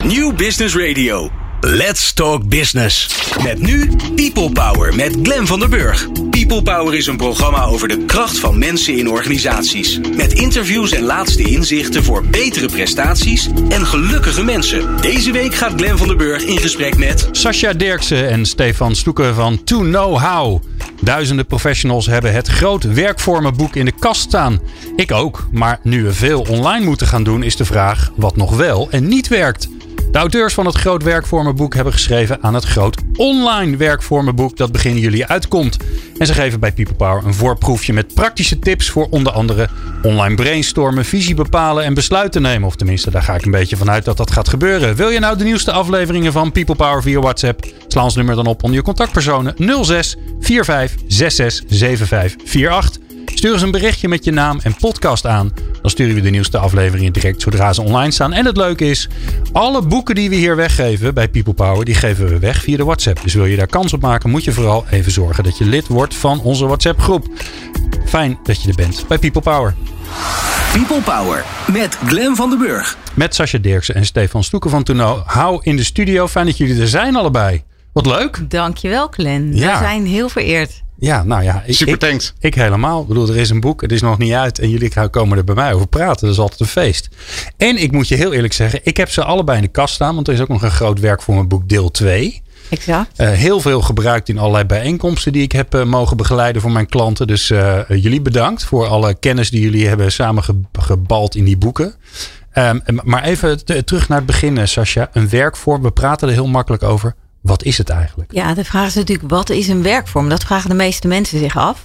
Nieuw Business Radio. Let's Talk Business. Met nu People Power met Glenn van der Burg. People Power is een programma over de kracht van mensen in organisaties. Met interviews en laatste inzichten voor betere prestaties en gelukkige mensen. Deze week gaat Glenn van der Burg in gesprek met Sascha Dirksen en Stefan Stoeken van To Know How. Duizenden professionals hebben het Groot Werkvormenboek in de kast staan. Ik ook, maar nu we veel online moeten gaan doen is de vraag wat nog wel en niet werkt. De auteurs van het Groot Werkvormenboek hebben geschreven aan het Groot Online Werkvormenboek dat begin juli uitkomt. En ze geven bij People Power een voorproefje met praktische tips voor onder andere online brainstormen, visie bepalen en besluiten nemen. Of tenminste, daar ga ik een beetje vanuit dat dat gaat gebeuren. Wil je nou de nieuwste afleveringen van People Power via WhatsApp? Sla ons nummer dan op onder je contactpersonen 06 45 66 75 48. Stuur eens een berichtje met je naam en podcast aan. Dan sturen we de nieuwste afleveringen direct zodra ze online staan. En het leuke is, alle boeken die we hier weggeven bij People Power, die geven we weg via de WhatsApp. Dus wil je daar kans op maken, moet je vooral even zorgen dat je lid wordt van onze WhatsApp groep. Fijn dat je er bent bij People Power. People Power met Glenn van der Burg. Met Sascha Dirksen en Stefan Stoeken van To Know How in de studio. Fijn dat jullie er zijn allebei. Wat leuk. Dankjewel, Glenn. Ja. We zijn heel vereerd. Ja, nou ja. Super thanks. Ik helemaal. Ik bedoel, er is een boek. Het is nog niet uit. En jullie komen er bij mij over praten. Dat is altijd een feest. En ik moet je heel eerlijk zeggen. Ik heb ze allebei in de kast staan. Want er is ook nog een Groot Werkvormenboek deel 2. Exact. Heel veel gebruikt in allerlei bijeenkomsten die ik heb mogen begeleiden voor mijn klanten. Dus jullie bedankt voor alle kennis die jullie hebben samengebald in die boeken. Maar even terug naar het begin, Sascha. Een werkvorm. We praten er heel makkelijk over. Wat is het eigenlijk? Ja, de vraag is natuurlijk, wat is een werkvorm? Dat vragen de meeste mensen zich af.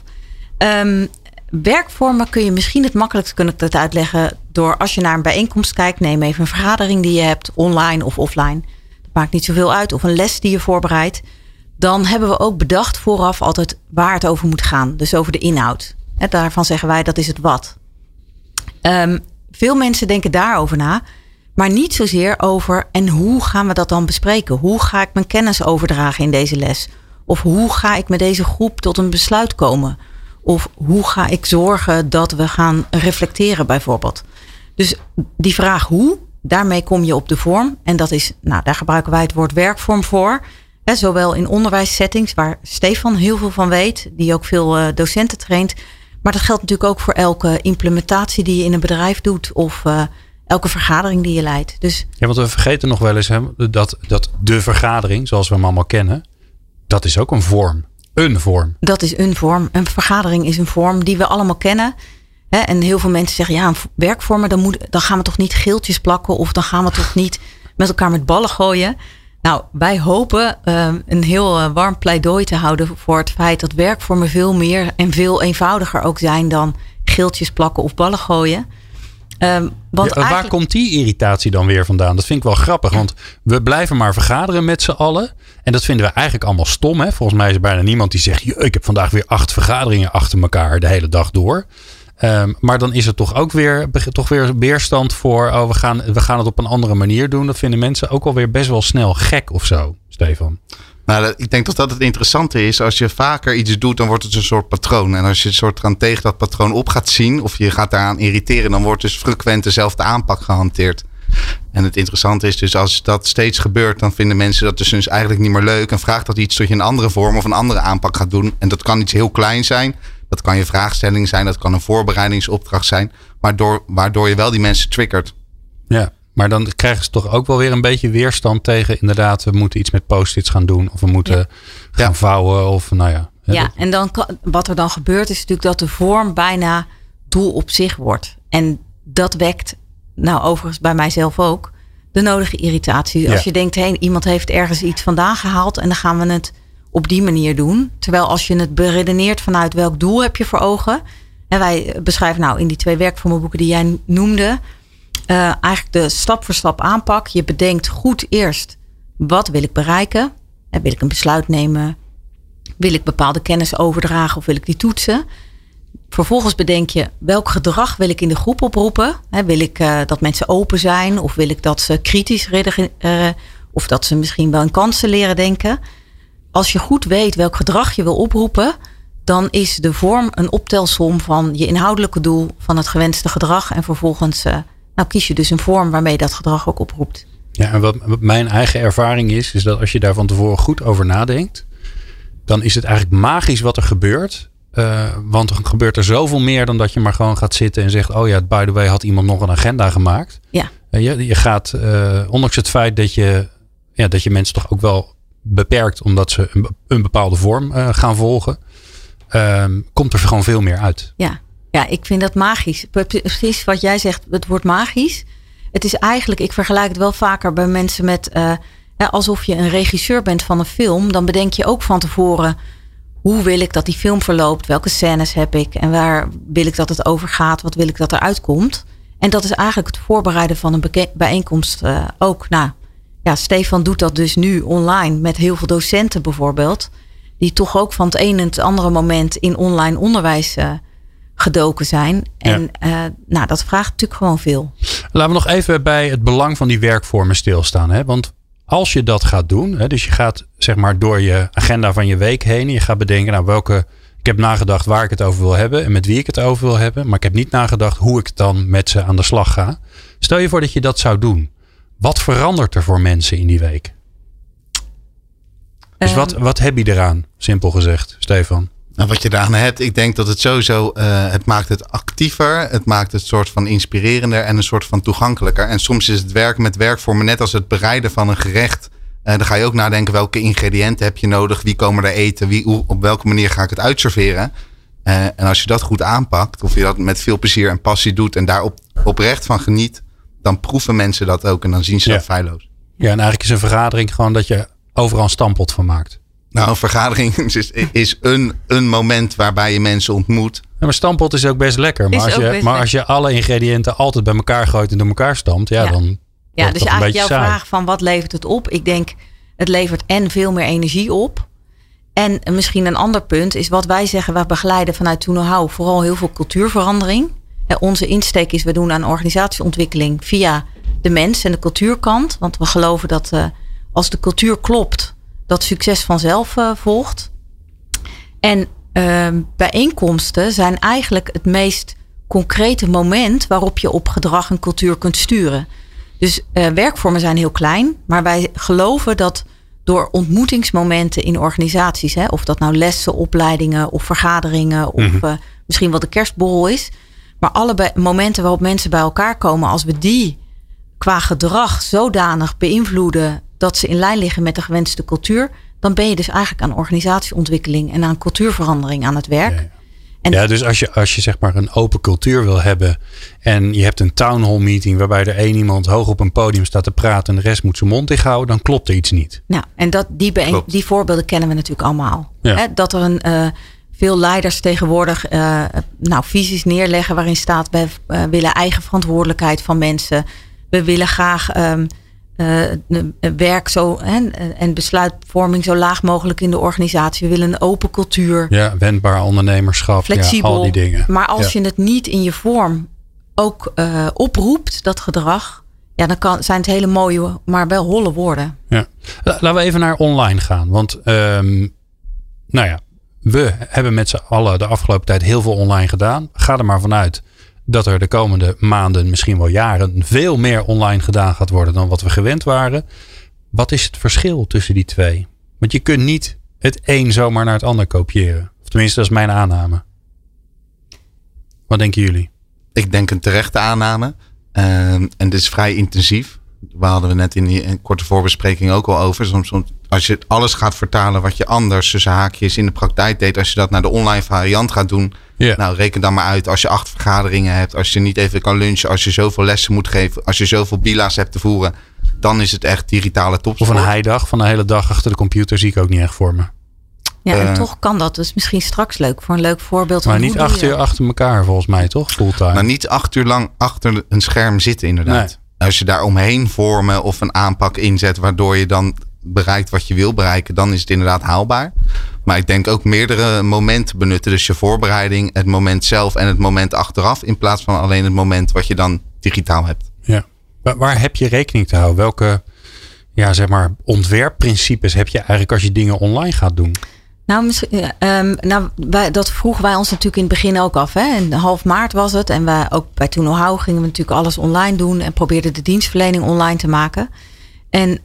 Werkvormen kun je misschien het makkelijkst uitleggen door als je naar een bijeenkomst kijkt. Neem even een vergadering die je hebt, online of offline. Dat maakt niet zoveel uit. Of een les die je voorbereidt. Dan hebben we ook bedacht vooraf altijd waar het over moet gaan. Dus over de inhoud. Daarvan zeggen wij, dat is het wat. Veel mensen denken daarover na. Maar niet zozeer over en hoe gaan we dat dan bespreken? Hoe ga ik mijn kennis overdragen in deze les? Of hoe ga ik met deze groep tot een besluit komen? Of hoe ga ik zorgen dat we gaan reflecteren bijvoorbeeld? Dus die vraag hoe, daarmee kom je op de vorm. En dat is, daar gebruiken wij het woord werkvorm voor. Zowel in onderwijssettings, waar Stefan heel veel van weet. Die ook veel docenten traint. Maar dat geldt natuurlijk ook voor elke implementatie die je in een bedrijf doet. Of elke vergadering die je leidt. Dus, ja, want we vergeten nog wel eens dat de vergadering, zoals we hem allemaal kennen, dat is ook een vorm. Een vorm. Dat is een vorm. Een vergadering is een vorm die we allemaal kennen. En heel veel mensen zeggen, ja, een werkvormen, dan gaan we toch niet geeltjes plakken of dan gaan we toch niet met elkaar met ballen gooien. Nou, wij hopen een heel warm pleidooi te houden voor het feit dat werkvormen veel meer en veel eenvoudiger ook zijn dan geeltjes plakken of ballen gooien. Waar komt die irritatie dan weer vandaan? Dat vind ik wel grappig, want we blijven maar vergaderen met z'n allen. En dat vinden we eigenlijk allemaal stom. Hè? Volgens mij is er bijna niemand die zegt, ik heb vandaag weer 8 vergaderingen achter elkaar de hele dag door. Maar dan is er toch ook weer weerstand voor, we gaan het op een andere manier doen. Dat vinden mensen ook alweer best wel snel gek of zo, Stefan. Nou, ik denk dat het interessante is. Als je vaker iets doet, dan wordt het een soort patroon. En als je tegen dat patroon op gaat zien, of je gaat daaraan irriteren, dan wordt dus frequent dezelfde aanpak gehanteerd. En het interessante is dus, als dat steeds gebeurt, dan vinden mensen dat dus eigenlijk niet meer leuk. En vraagt dat iets tot je een andere vorm of een andere aanpak gaat doen. En dat kan iets heel klein zijn. Dat kan je vraagstelling zijn. Dat kan een voorbereidingsopdracht zijn. Waardoor je wel die mensen triggert. Ja. Maar dan krijgen ze toch ook wel weer een beetje weerstand tegen. Inderdaad, we moeten iets met post-its gaan doen. Of we moeten gaan vouwen. Of en dan wat er dan gebeurt is natuurlijk dat de vorm bijna doel op zich wordt. En dat wekt, overigens bij mijzelf ook, de nodige irritatie. Ja. Als je denkt, iemand heeft ergens iets vandaan gehaald en dan gaan we het op die manier doen. Terwijl als je het beredeneert vanuit welk doel heb je voor ogen. En wij beschrijven in die 2 werkvormenboeken die jij noemde, eigenlijk de stap voor stap aanpak. Je bedenkt goed eerst, wat wil ik bereiken? Wil ik een besluit nemen? Wil ik bepaalde kennis overdragen of wil ik die toetsen? Vervolgens bedenk je, welk gedrag wil ik in de groep oproepen? Wil ik dat mensen open zijn? Of wil ik dat ze kritisch redeneren? Of dat ze misschien wel in kansen leren denken? Als je goed weet welk gedrag je wil oproepen, dan is de vorm een optelsom van je inhoudelijke doel van het gewenste gedrag. En vervolgens kies je dus een vorm waarmee dat gedrag ook oproept. Ja, en wat mijn eigen ervaring is dat als je daar van tevoren goed over nadenkt, dan is het eigenlijk magisch wat er gebeurt. Want er gebeurt er zoveel meer dan dat je maar gewoon gaat zitten en zegt, oh ja, by the way, had iemand nog een agenda gemaakt. Ja. Je gaat, ondanks het feit dat je mensen toch ook wel beperkt omdat ze een bepaalde vorm gaan volgen, komt er gewoon veel meer uit. Ja, ik vind dat magisch. Precies wat jij zegt, het wordt magisch. Het is eigenlijk, ik vergelijk het wel vaker bij mensen met, alsof je een regisseur bent van een film. Dan bedenk je ook van tevoren, hoe wil ik dat die film verloopt? Welke scènes heb ik? En waar wil ik dat het over gaat? Wat wil ik dat eruit komt? En dat is eigenlijk het voorbereiden van een bijeenkomst ook. Nou, ja, Stefan doet dat dus nu online met heel veel docenten bijvoorbeeld. Die toch ook van het een en het andere moment in online onderwijs gedoken zijn. En dat vraagt natuurlijk gewoon veel. Laten we nog even bij het belang van die werkvormen stilstaan. Hè? Want als je dat gaat doen, hè, dus je gaat zeg maar door je agenda van je week heen. En je gaat bedenken, ik heb nagedacht waar ik het over wil hebben en met wie ik het over wil hebben. Maar ik heb niet nagedacht hoe ik dan met ze aan de slag ga. Stel je voor dat je dat zou doen. Wat verandert er voor mensen in die week? Dus wat heb je eraan, simpel gezegd, Stefan? Nou, wat je eraan hebt, ik denk dat het sowieso, het maakt het actiever. Het maakt het soort van inspirerender en een soort van toegankelijker. En soms is het werken met werkvormen net als het bereiden van een gerecht. Dan ga je ook nadenken welke ingrediënten heb je nodig. Wie komen er eten? Op welke manier ga ik het uitserveren? En als je dat goed aanpakt, of je dat met veel plezier en passie doet en daar oprecht van geniet, dan proeven mensen dat ook en dan zien ze dat feilloos. Ja, en eigenlijk is een vergadering gewoon dat je overal een stampot van maakt. Nou, een vergadering is een moment waarbij je mensen ontmoet. Ja, maar stampot is ook best lekker. Maar als je alle ingrediënten altijd bij elkaar gooit en door elkaar stampt, dan. Ja, dus eigenlijk jouw vraag van wat levert het op? Ik denk, het levert en veel meer energie op. En misschien een ander punt is wat wij zeggen, we begeleiden vanuit To Know How vooral heel veel cultuurverandering. Onze insteek is, we doen aan organisatieontwikkeling via de mens en de cultuurkant. Want we geloven dat als de cultuur klopt, dat succes vanzelf volgt. En bijeenkomsten zijn eigenlijk het meest concrete moment waarop je op gedrag en cultuur kunt sturen. Dus werkvormen zijn heel klein, maar wij geloven dat door ontmoetingsmomenten in organisaties, of dat nou lessen, opleidingen of vergaderingen of misschien wel de kerstborrel is, maar alle momenten waarop mensen bij elkaar komen, als we die qua gedrag zodanig beïnvloeden dat ze in lijn liggen met de gewenste cultuur, dan ben je dus eigenlijk aan organisatieontwikkeling en aan cultuurverandering aan het werk. Ja, dus als je zeg maar een open cultuur wil hebben en je hebt een town hall meeting waarbij er één iemand hoog op een podium staat te praten en de rest moet zijn mond dicht houden, dan klopt er iets niet. Nou, en die voorbeelden kennen we natuurlijk allemaal. Ja. Dat er veel leiders tegenwoordig visies neerleggen waarin staat, we willen eigen verantwoordelijkheid van mensen. We willen graag werk en besluitvorming zo laag mogelijk in de organisatie. We willen een open cultuur. Ja, wendbaar ondernemerschap. Flexibel. Ja, al die dingen. Maar als je het niet in je vorm ook oproept, dat gedrag, dan zijn het hele mooie, maar wel holle woorden. Ja. Laten we even naar online gaan. Want we hebben met z'n allen de afgelopen tijd heel veel online gedaan. Ga er maar vanuit dat er de komende maanden, misschien wel jaren, veel meer online gedaan gaat worden dan wat we gewend waren. Wat is het verschil tussen die twee? Want je kunt niet het een zomaar naar het ander kopiëren. Of tenminste, dat is mijn aanname. Wat denken jullie? Ik denk een terechte aanname. En dit is vrij intensief. We hadden we net in die korte voorbespreking ook al over. Soms als je alles gaat vertalen wat je anders tussen haakjes in de praktijk deed. Als je dat naar de online variant gaat doen. Yeah. Nou, reken dan maar uit als je 8 vergaderingen hebt. Als je niet even kan lunchen. Als je zoveel lessen moet geven. Als je zoveel bila's hebt te voeren. Dan is het echt digitale topsport. Of een heidag van een hele dag achter de computer zie ik ook niet echt voor me. Ja, en toch kan dat. Dus misschien straks leuk. Voor een leuk voorbeeld. Maar niet 8 uur achter elkaar volgens mij, toch? Fulltime. Maar niet 8 uur lang achter een scherm zitten inderdaad. Nee. Als je daar omheen vormen of een aanpak inzet waardoor je dan bereikt wat je wil bereiken, dan is het inderdaad haalbaar. Maar ik denk ook meerdere momenten benutten. Dus je voorbereiding, het moment zelf en het moment achteraf. In plaats van alleen het moment wat je dan digitaal hebt. Ja. Waar heb je rekening te houden? Welke ontwerpprincipes heb je eigenlijk als je dingen online gaat doen? Dat vroegen wij ons natuurlijk in het begin ook af. Hè? In half maart was het. En wij ook bij To Know How gingen we natuurlijk alles online doen. En probeerden de dienstverlening online te maken. En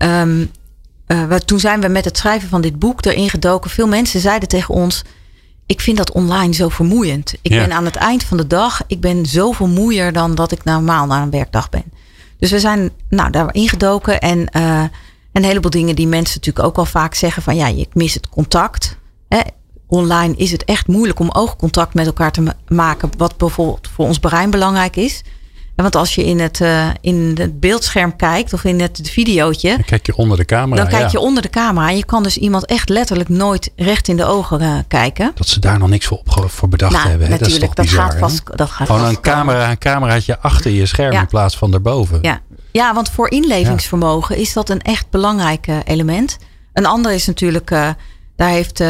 toen zijn we met het schrijven van dit boek erin gedoken. Veel mensen zeiden tegen ons, ik vind dat online zo vermoeiend. Ik ben aan het eind van de dag, ik ben zoveel moeier dan dat ik normaal na een werkdag ben. Dus we zijn daarin gedoken. En een heleboel dingen die mensen natuurlijk ook wel vaak zeggen van ik mis het contact. Online is het echt moeilijk om oogcontact met elkaar te maken. Wat bijvoorbeeld voor ons brein belangrijk is. Want als je in het beeldscherm kijkt of in het videootje. Dan kijk je onder de camera. Dan kijk je onder de camera. En je kan dus iemand echt letterlijk nooit recht in de ogen kijken. Dat ze daar nog niks voor bedacht hebben. Natuurlijk, dat is toch bizar, dat gaat gewoon een cameraatje achter je scherm in plaats van daarboven. Ja, want voor inlevingsvermogen is dat een echt belangrijk element. Een ander is natuurlijk, daar heeft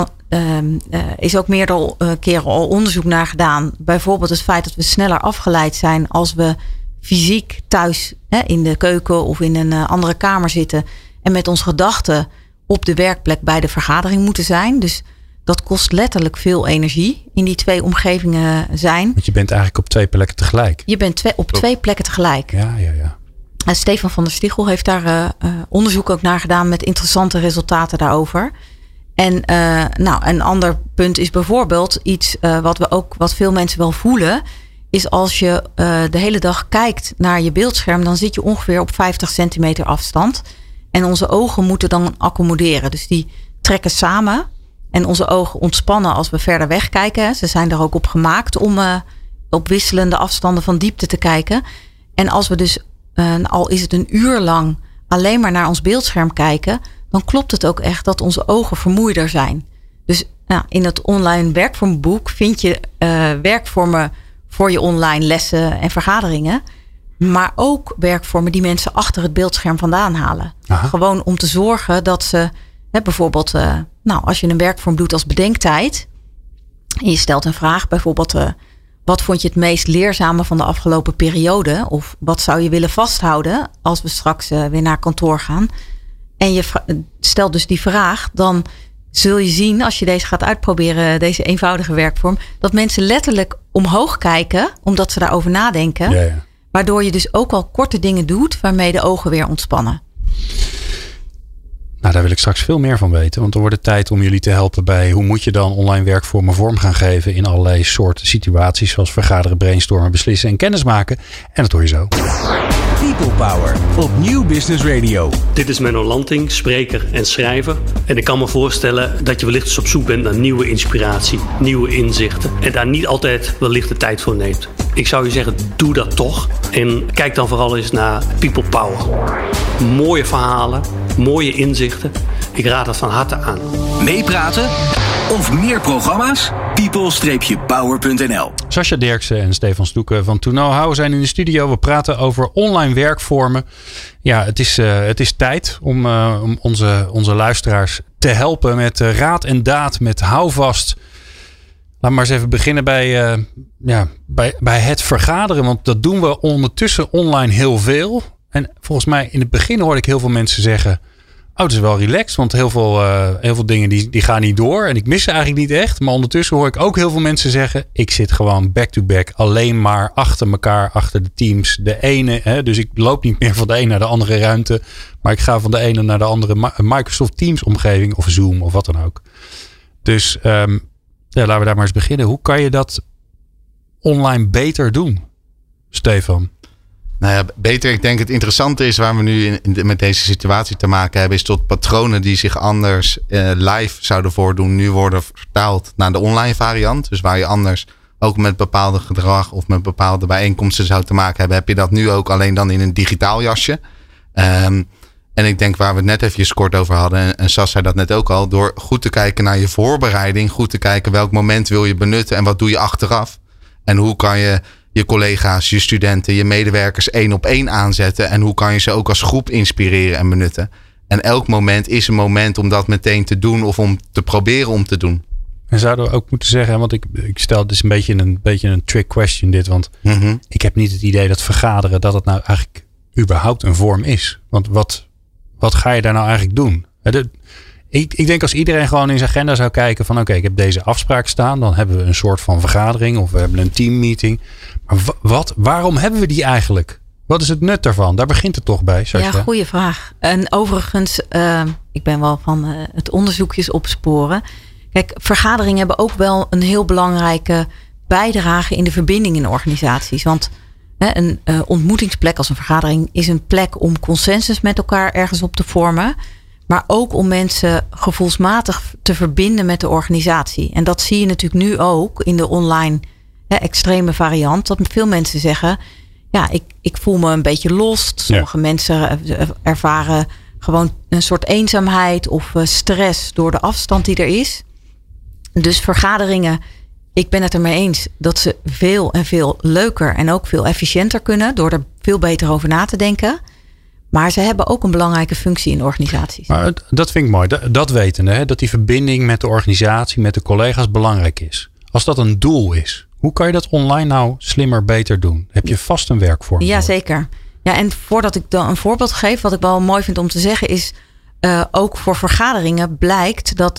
is ook meerdere keren al onderzoek naar gedaan. Bijvoorbeeld het feit dat we sneller afgeleid zijn als we fysiek thuis in de keuken of in een andere kamer zitten. En met onze gedachten op de werkplek bij de vergadering moeten zijn. Dus dat kost letterlijk veel energie in die 2 omgevingen zijn. Want je bent eigenlijk op 2 plekken tegelijk. Je bent op 2 plekken tegelijk. Ja. En Stefan van der Stichel heeft daar onderzoek ook naar gedaan met interessante resultaten daarover. En een ander punt is bijvoorbeeld iets wat veel mensen wel voelen, is als je de hele dag kijkt naar je beeldscherm, dan zit je ongeveer op 50 centimeter afstand. En onze ogen moeten dan accommoderen. Dus die trekken samen en onze ogen ontspannen als we verder wegkijken. Ze zijn er ook op gemaakt om op wisselende afstanden van diepte te kijken. En als we dus, al is het een uur lang, alleen maar naar ons beeldscherm kijken, dan klopt het ook echt dat onze ogen vermoeider zijn. Dus in het online werkvormboek vind je werkvormen voor je online lessen en vergaderingen. Maar ook werkvormen die mensen achter het beeldscherm vandaan halen. Aha. Gewoon om te zorgen dat ze bijvoorbeeld, als je een werkvorm doet als bedenktijd. En je stelt een vraag, bijvoorbeeld, wat vond je het meest leerzame van de afgelopen periode? Of wat zou je willen vasthouden als we straks weer naar kantoor gaan? En je stelt dus die vraag, dan zul je zien, als je deze gaat uitproberen, deze eenvoudige werkvorm, dat mensen letterlijk omhoog kijken, omdat ze daarover nadenken. Ja. Waardoor je dus ook al korte dingen doet, waarmee de ogen weer ontspannen. Nou, daar wil ik straks veel meer van weten. Want er wordt het tijd om jullie te helpen bij hoe moet je dan online werkvormen vorm gaan geven in allerlei soorten situaties, zoals vergaderen, brainstormen, beslissen en kennismaken. En dat hoor je zo. People Power op Nieuw Business Radio. Dit is Menno Lanting, spreker en schrijver. En ik kan me voorstellen dat je wellicht eens op zoek bent naar nieuwe inspiratie, nieuwe inzichten. En daar niet altijd wellicht de tijd voor neemt. Ik zou je zeggen, doe dat toch. En kijk dan vooral eens naar People Power. Mooie verhalen, mooie inzichten. Ik raad het van harte aan. Meepraten of meer programma's? people-power.nl. Sascha Dirksen en Stefan Stoeken van To Know How zijn in de studio. We praten over online werkvormen. Ja, het is tijd om onze luisteraars te helpen met raad en daad, met houvast. Laat maar eens even beginnen bij het vergaderen. Want dat doen we ondertussen online heel veel. En volgens mij in het begin hoorde ik heel veel mensen zeggen, het is wel relaxed, want heel veel dingen die gaan niet door. En ik mis ze eigenlijk niet echt. Maar ondertussen hoor ik ook heel veel mensen zeggen, ik zit gewoon back-to-back alleen maar achter elkaar, achter de teams. De ene, dus ik loop niet meer van de een naar de andere ruimte. Maar ik ga van de ene naar de andere Microsoft Teams omgeving of Zoom of wat dan ook. Dus laten we daar maar eens beginnen. Hoe kan je dat online beter doen, Stefan? Nou ja, beter. Ik denk het interessante is waar we nu met deze situatie te maken hebben, is tot patronen die zich anders live zouden voordoen, nu worden vertaald naar de online variant. Dus waar je anders ook met bepaalde gedrag of met bepaalde bijeenkomsten zou te maken hebben, heb je dat nu ook alleen dan in een digitaal jasje. En ik denk waar we het net even kort over hadden, en Sas zei dat net ook al, door goed te kijken naar je voorbereiding, goed te kijken welk moment wil je benutten en wat doe je achteraf. En hoe kan je je collega's, je studenten, je medewerkers 1-op-1 aanzetten. En hoe kan je ze ook als groep inspireren en benutten. En elk moment is een moment om dat meteen te doen of om te proberen om te doen. En zouden we ook moeten zeggen, want ik stel, het is een beetje een trick question dit. Want ik heb niet het idee dat vergaderen, dat het nou eigenlijk überhaupt een vorm is. Want wat ga je daar nou eigenlijk doen? Ik denk als iedereen gewoon in zijn agenda zou kijken van oké, ik heb deze afspraak staan. Dan hebben we een soort van vergadering of we hebben een teammeeting. Maar waarom hebben we die eigenlijk? Wat is het nut daarvan? Daar begint het toch bij, Sascha? Ja, goede vraag. En overigens, ik ben wel van het onderzoekjes opsporen. Kijk, vergaderingen hebben ook wel een heel belangrijke bijdrage in de verbinding in organisaties. Want een ontmoetingsplek als een vergadering is een plek om consensus met elkaar ergens op te vormen. Maar ook om mensen gevoelsmatig te verbinden met de organisatie. En dat zie je natuurlijk nu ook in de online extreme variant. Dat veel mensen zeggen, ja, ik voel me een beetje lost. Sommige mensen ervaren gewoon een soort eenzaamheid of stress door de afstand die er is. Dus vergaderingen, ik ben het ermee eens dat ze veel en veel leuker en ook veel efficiënter kunnen door er veel beter over na te denken. Maar ze hebben ook een belangrijke functie in organisaties. Maar dat vind ik mooi. Dat wetende, hè, dat die verbinding met de organisatie, met de collega's belangrijk is. Als dat een doel is, hoe kan je dat online nou slimmer, beter doen? Heb je vast een werkvorm? Ja, zeker. Ja, en voordat ik dan een voorbeeld geef, wat ik wel mooi vind om te zeggen is, ook voor vergaderingen blijkt dat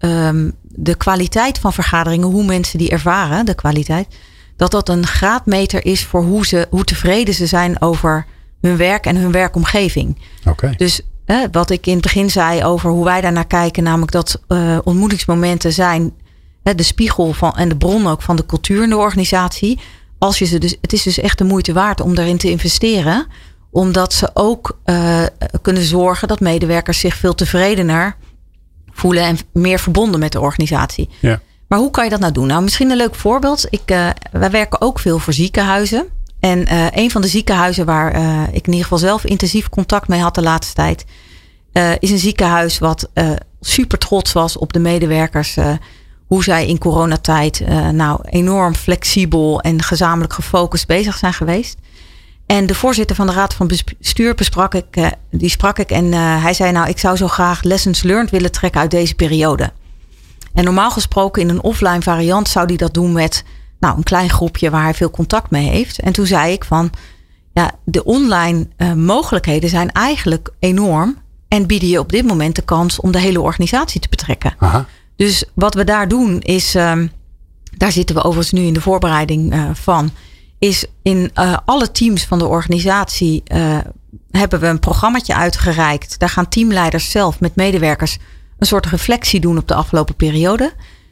de kwaliteit van vergaderingen, hoe mensen die ervaren, de kwaliteit, dat een graadmeter is voor hoe tevreden ze zijn over hun werk en hun werkomgeving. Okay. Dus wat ik in het begin zei over hoe wij daar naar kijken, namelijk dat ontmoetingsmomenten zijn de spiegel van en de bron ook van de cultuur in de organisatie. Als je ze dus, het is dus echt de moeite waard om daarin te investeren, omdat ze ook kunnen zorgen dat medewerkers zich veel tevredener voelen en meer verbonden met de organisatie. Ja. Maar hoe kan je dat nou doen? Nou, misschien een leuk voorbeeld. Wij werken ook veel voor ziekenhuizen. En een van de ziekenhuizen waar ik in ieder geval zelf intensief contact mee had de laatste tijd, is een ziekenhuis wat super trots was op de medewerkers. Hoe zij in coronatijd enorm flexibel en gezamenlijk gefocust bezig zijn geweest. En de voorzitter van de Raad van Bestuur sprak ik en hij zei, ik zou zo graag lessons learned willen trekken uit deze periode. En normaal gesproken in een offline variant zou hij dat doen met een klein groepje waar hij veel contact mee heeft. En toen zei ik van, de online mogelijkheden zijn eigenlijk enorm en bieden je op dit moment de kans om de hele organisatie te betrekken. Aha. Dus wat we daar doen is, daar zitten we overigens nu in de voorbereiding van, is in alle teams van de organisatie hebben we een programmaatje uitgereikt. Daar gaan teamleiders zelf met medewerkers een soort reflectie doen op de afgelopen periode.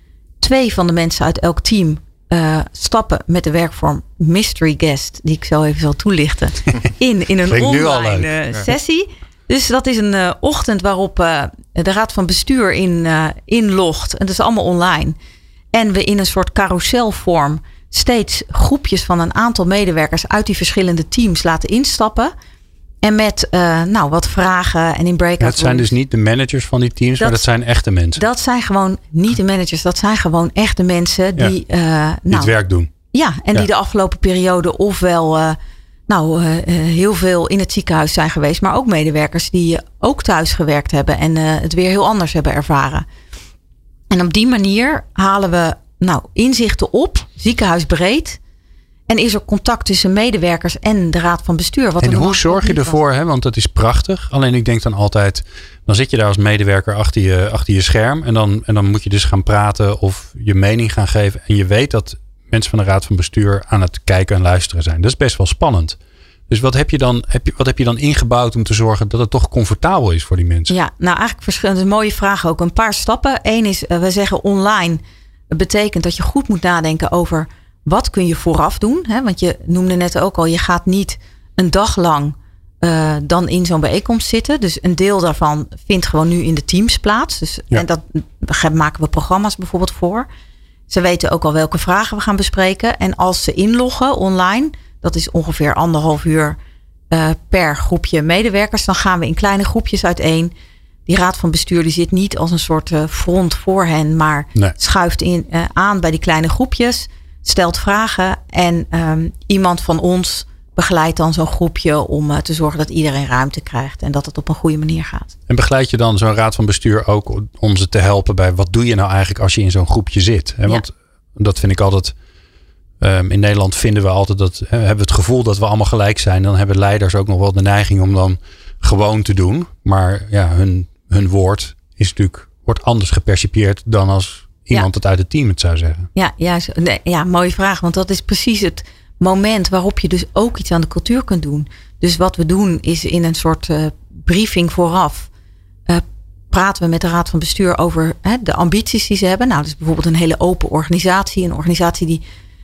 2 van de mensen uit elk team stappen met de werkvorm mystery guest, die ik zo even zal toelichten, in een online sessie. Dus dat is een ochtend waarop de Raad van Bestuur inlogt. En dat is allemaal online. En we in een soort carouselvorm steeds groepjes van een aantal medewerkers uit die verschillende teams laten instappen. En met wat vragen en in breakout. Het zijn dus niet de managers van die teams, maar dat zijn echte mensen. Dat zijn gewoon niet de managers. Dat zijn gewoon echte mensen die die het werk doen. Ja, en die de afgelopen periode ofwel heel veel in het ziekenhuis zijn geweest, maar ook medewerkers die ook thuis gewerkt hebben en het weer heel anders hebben ervaren. En op die manier halen we inzichten op, ziekenhuisbreed. En is er contact tussen medewerkers en de Raad van Bestuur. En hoe zorg je ervoor? Hè? Want dat is prachtig. Alleen ik denk dan altijd, dan zit je daar als medewerker achter je scherm. En dan moet je dus gaan praten of je mening gaan geven. En je weet dat mensen van de Raad van Bestuur aan het kijken en luisteren zijn. Dat is best wel spannend. Dus wat heb je dan ingebouwd om te zorgen dat het toch comfortabel is voor die mensen? Ja, eigenlijk verschillende, een mooie vraag ook. Een paar stappen. Eén is, we zeggen online betekent dat je goed moet nadenken over wat kun je vooraf doen. Hè? Want je noemde net ook al, je gaat niet een dag lang dan in zo'n bijeenkomst zitten. Dus een deel daarvan vindt gewoon nu in de teams plaats. Dus, en dat maken we programma's bijvoorbeeld voor. Ze weten ook al welke vragen we gaan bespreken. En als ze inloggen online, dat is ongeveer 1,5 uur per groepje medewerkers, dan gaan we in kleine groepjes uiteen. Die Raad van Bestuur die zit niet als een soort front voor hen, maar schuift aan bij die kleine groepjes, stelt vragen en iemand van ons begeleidt dan zo'n groepje om te zorgen dat iedereen ruimte krijgt en dat het op een goede manier gaat. En begeleid je dan zo'n Raad van Bestuur ook om ze te helpen bij wat doe je nou eigenlijk als je in zo'n groepje zit? Hè? Want dat vind ik altijd, in Nederland vinden we altijd hebben we het gevoel dat we allemaal gelijk zijn. Dan hebben leiders ook nog wel de neiging om dan gewoon te doen. Maar ja, hun woord wordt anders gepercipieerd dan als iemand het uit het team het zou zeggen. Ja, mooie vraag. Want dat is precies het moment waarop je dus ook iets aan de cultuur kunt doen. Dus wat we doen is in een soort briefing vooraf praten we met de raad van bestuur over de ambities die ze hebben. Nou, dus bijvoorbeeld een hele open organisatie. Een organisatie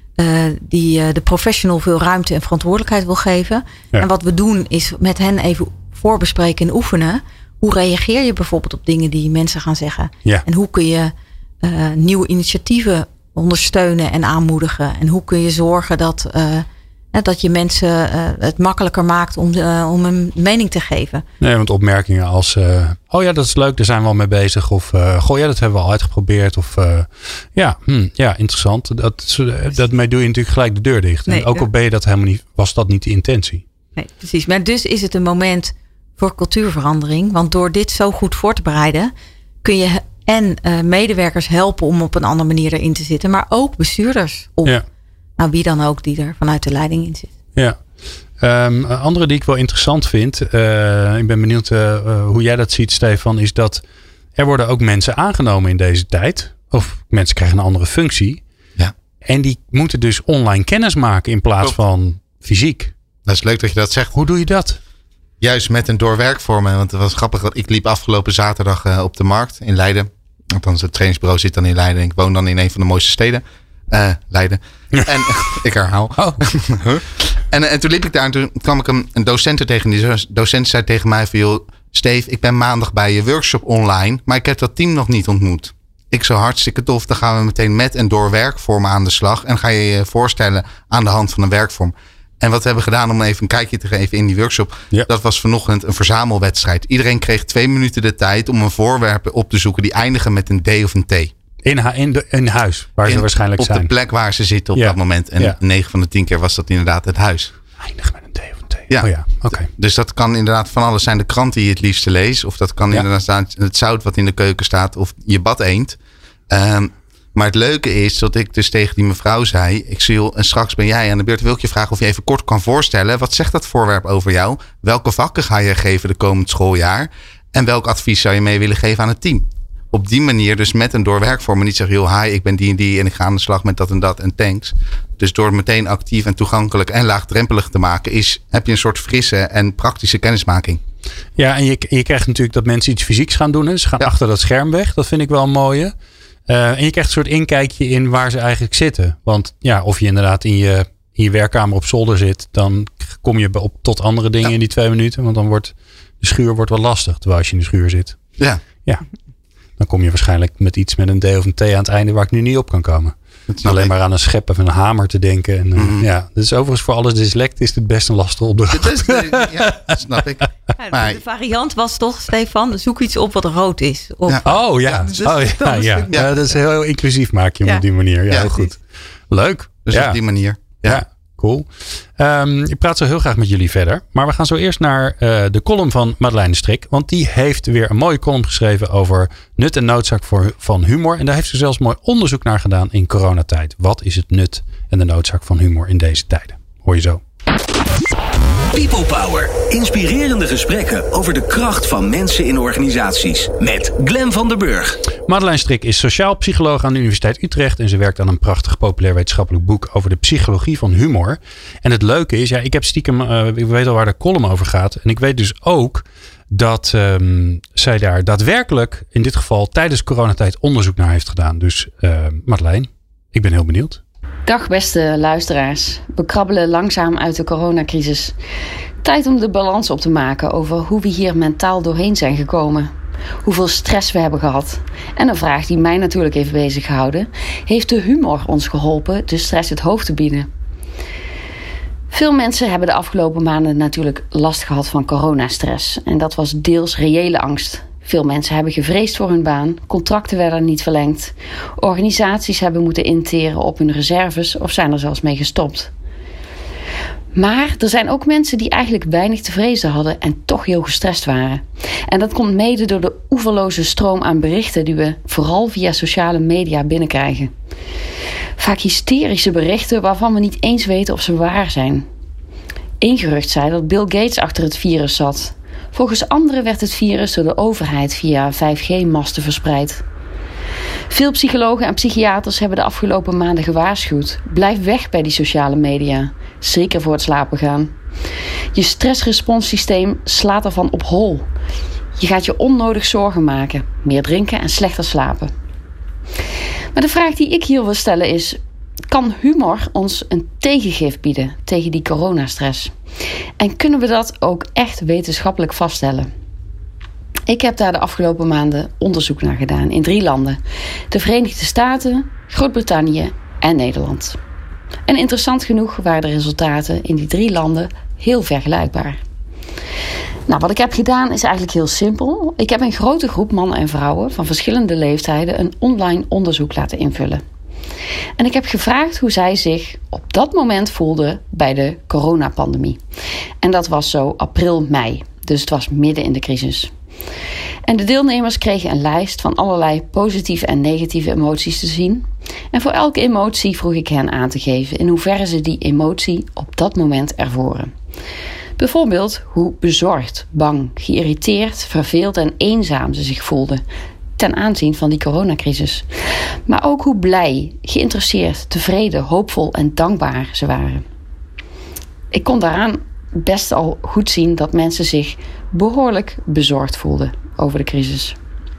die de professional veel ruimte en verantwoordelijkheid wil geven. Ja. En wat we doen is met hen even voorbespreken en oefenen. Hoe reageer je bijvoorbeeld op dingen die mensen gaan zeggen? Ja. En hoe kun je nieuwe initiatieven ondersteunen en aanmoedigen? En hoe kun je zorgen dat je mensen het makkelijker maakt om een mening te geven? Nee, want opmerkingen als dat is leuk, daar zijn we al mee bezig. Of dat hebben we al uitgeprobeerd. Of interessant. Daarmee doe je natuurlijk gelijk de deur dicht. Nee, en ook al ben je dat helemaal niet, was dat niet de intentie. Nee, precies. Maar dus is het een moment voor cultuurverandering. Want door dit zo goed voor te bereiden kun je medewerkers helpen om op een andere manier erin te zitten. Maar ook bestuurders. Nou, wie dan ook die er vanuit de leiding in zit. Ja. Een andere die ik wel interessant vind. Ik ben benieuwd hoe jij dat ziet, Stefan. Is dat er worden ook mensen aangenomen in deze tijd. Of mensen krijgen een andere functie. Ja. En die moeten dus online kennis maken in plaats van fysiek. Dat is leuk dat je dat zegt. Hoe doe je dat? Juist met een doorwerkvormen. Want het was grappig. Ik liep afgelopen zaterdag op de markt in Leiden. Althans, het trainingsbureau zit dan in Leiden. Ik woon dan in een van de mooiste steden. Leiden. En ik herhaal. Oh. En toen liep ik daar en toen kwam ik een docent tegen. Die docent zei tegen mij van, joh, Steve, ik ben maandag bij je workshop online, maar ik heb dat team nog niet ontmoet. Ik zo hartstikke tof. Dan gaan we meteen met en door werkvormen aan de slag. En ga je je voorstellen aan de hand van een werkvorm. En wat we hebben gedaan om even een kijkje te geven in die workshop. Ja. Dat was vanochtend een verzamelwedstrijd. Iedereen kreeg 2 minuten de tijd om een voorwerp op te zoeken die eindigen met een D of een T. In huis, waar ze waarschijnlijk zijn. Op de plek waar ze zitten op dat moment. En 9 van de 10 keer was dat inderdaad het huis. Eindig met een D of een T. Ja. Oh ja, oké. Dus dat kan inderdaad van alles zijn. De krant die je het liefste leest. Of dat kan inderdaad zijn het zout wat in de keuken staat. Of je badeend. Maar het leuke is dat ik dus tegen die mevrouw zei. Ik zie, en straks ben jij aan de beurt. Wil ik je vragen of je even kort kan voorstellen. Wat zegt dat voorwerp over jou? Welke vakken ga je geven de komend schooljaar? En welk advies zou je mee willen geven aan het team? Op die manier dus met een doorwerkvorm. Niet zeggen, joh, hi, ik ben die en die en ik ga aan de slag met dat en dat en thanks. Dus door het meteen actief en toegankelijk en laagdrempelig te maken, heb je een soort frisse en praktische kennismaking. Ja, en je krijgt natuurlijk dat mensen iets fysieks gaan doen. Hè? Ze gaan achter dat scherm weg. Dat vind ik wel een mooie. En je krijgt een soort inkijkje in waar ze eigenlijk zitten. Want ja, of je inderdaad in je werkkamer op zolder zit, dan kom je tot andere dingen in die 2 minuten. Want dan wordt de schuur wel lastig, terwijl als je in de schuur zit. Ja. Dan kom je waarschijnlijk met iets met een D of een T aan het einde waar ik nu niet op kan komen. Alleen maar aan een schep of een hamer te denken. En, dat is overigens voor alles dyslect is het best een lastige opdracht. Dat snap ik. Ja, de variant was toch, Stefan, zoek iets op wat rood is. Of, dat is heel inclusief maak je op die manier. Ja, heel goed. Leuk. Dus op die manier. Ja. Cool. Ik praat zo heel graag met jullie verder. Maar we gaan zo eerst naar de column van Madeleine Strik. Want die heeft weer een mooie column geschreven over nut en noodzaak van humor. En daar heeft ze zelfs mooi onderzoek naar gedaan in coronatijd. Wat is het nut en de noodzaak van humor in deze tijden? Hoor je zo. People Power. Inspirerende gesprekken over de kracht van mensen in organisaties. Met Glenn van der Burg. Madeleine Strik is sociaal psycholoog aan de Universiteit Utrecht. En ze werkt aan een prachtig populair wetenschappelijk boek over de psychologie van humor. En het leuke is, ik heb stiekem, ik weet al waar de column over gaat. En ik weet dus ook dat zij daar daadwerkelijk, in dit geval tijdens coronatijd, onderzoek naar heeft gedaan. Dus Madeleine, ik ben heel benieuwd. Dag beste luisteraars. We krabbelen langzaam uit de coronacrisis. Tijd om de balans op te maken over hoe we hier mentaal doorheen zijn gekomen. Hoeveel stress we hebben gehad. En een vraag die mij natuurlijk heeft bezig gehouden. Heeft de humor ons geholpen de stress het hoofd te bieden? Veel mensen hebben de afgelopen maanden natuurlijk last gehad van coronastress. En dat was deels reële angst. Veel mensen hebben gevreesd voor hun baan, contracten werden niet verlengd, organisaties hebben moeten interen op hun reserves of zijn er zelfs mee gestopt. Maar er zijn ook mensen die eigenlijk weinig te vrezen hadden en toch heel gestrest waren. En dat komt mede door de oeverloze stroom aan berichten die we vooral via sociale media binnenkrijgen. Vaak hysterische berichten waarvan we niet eens weten of ze waar zijn. Eén gerucht zei dat Bill Gates achter het virus zat. Volgens anderen werd het virus door de overheid via 5G-masten verspreid. Veel psychologen en psychiaters hebben de afgelopen maanden gewaarschuwd. Blijf weg bij die sociale media, zeker voor het slapen gaan. Je stressresponssysteem slaat ervan op hol. Je gaat je onnodig zorgen maken, meer drinken en slechter slapen. Maar de vraag die ik hier wil stellen is: kan humor ons een tegengif bieden tegen die coronastress? En kunnen we dat ook echt wetenschappelijk vaststellen? Ik heb daar de afgelopen maanden onderzoek naar gedaan in 3 landen: de Verenigde Staten, Groot-Brittannië en Nederland. En interessant genoeg waren de resultaten in die 3 landen heel vergelijkbaar. Nou, wat ik heb gedaan is eigenlijk heel simpel. Ik heb een grote groep mannen en vrouwen van verschillende leeftijden een online onderzoek laten invullen. En ik heb gevraagd hoe zij zich op dat moment voelden bij de coronapandemie. En dat was zo april, mei. Dus het was midden in de crisis. En de deelnemers kregen een lijst van allerlei positieve en negatieve emoties te zien. En voor elke emotie vroeg ik hen aan te geven in hoeverre ze die emotie op dat moment ervoren. Bijvoorbeeld hoe bezorgd, bang, geïrriteerd, verveeld en eenzaam ze zich voelden ten aanzien van die coronacrisis. Maar ook hoe blij, geïnteresseerd, tevreden, hoopvol en dankbaar ze waren. Ik kon daaraan best al goed zien dat mensen zich behoorlijk bezorgd voelden over de crisis.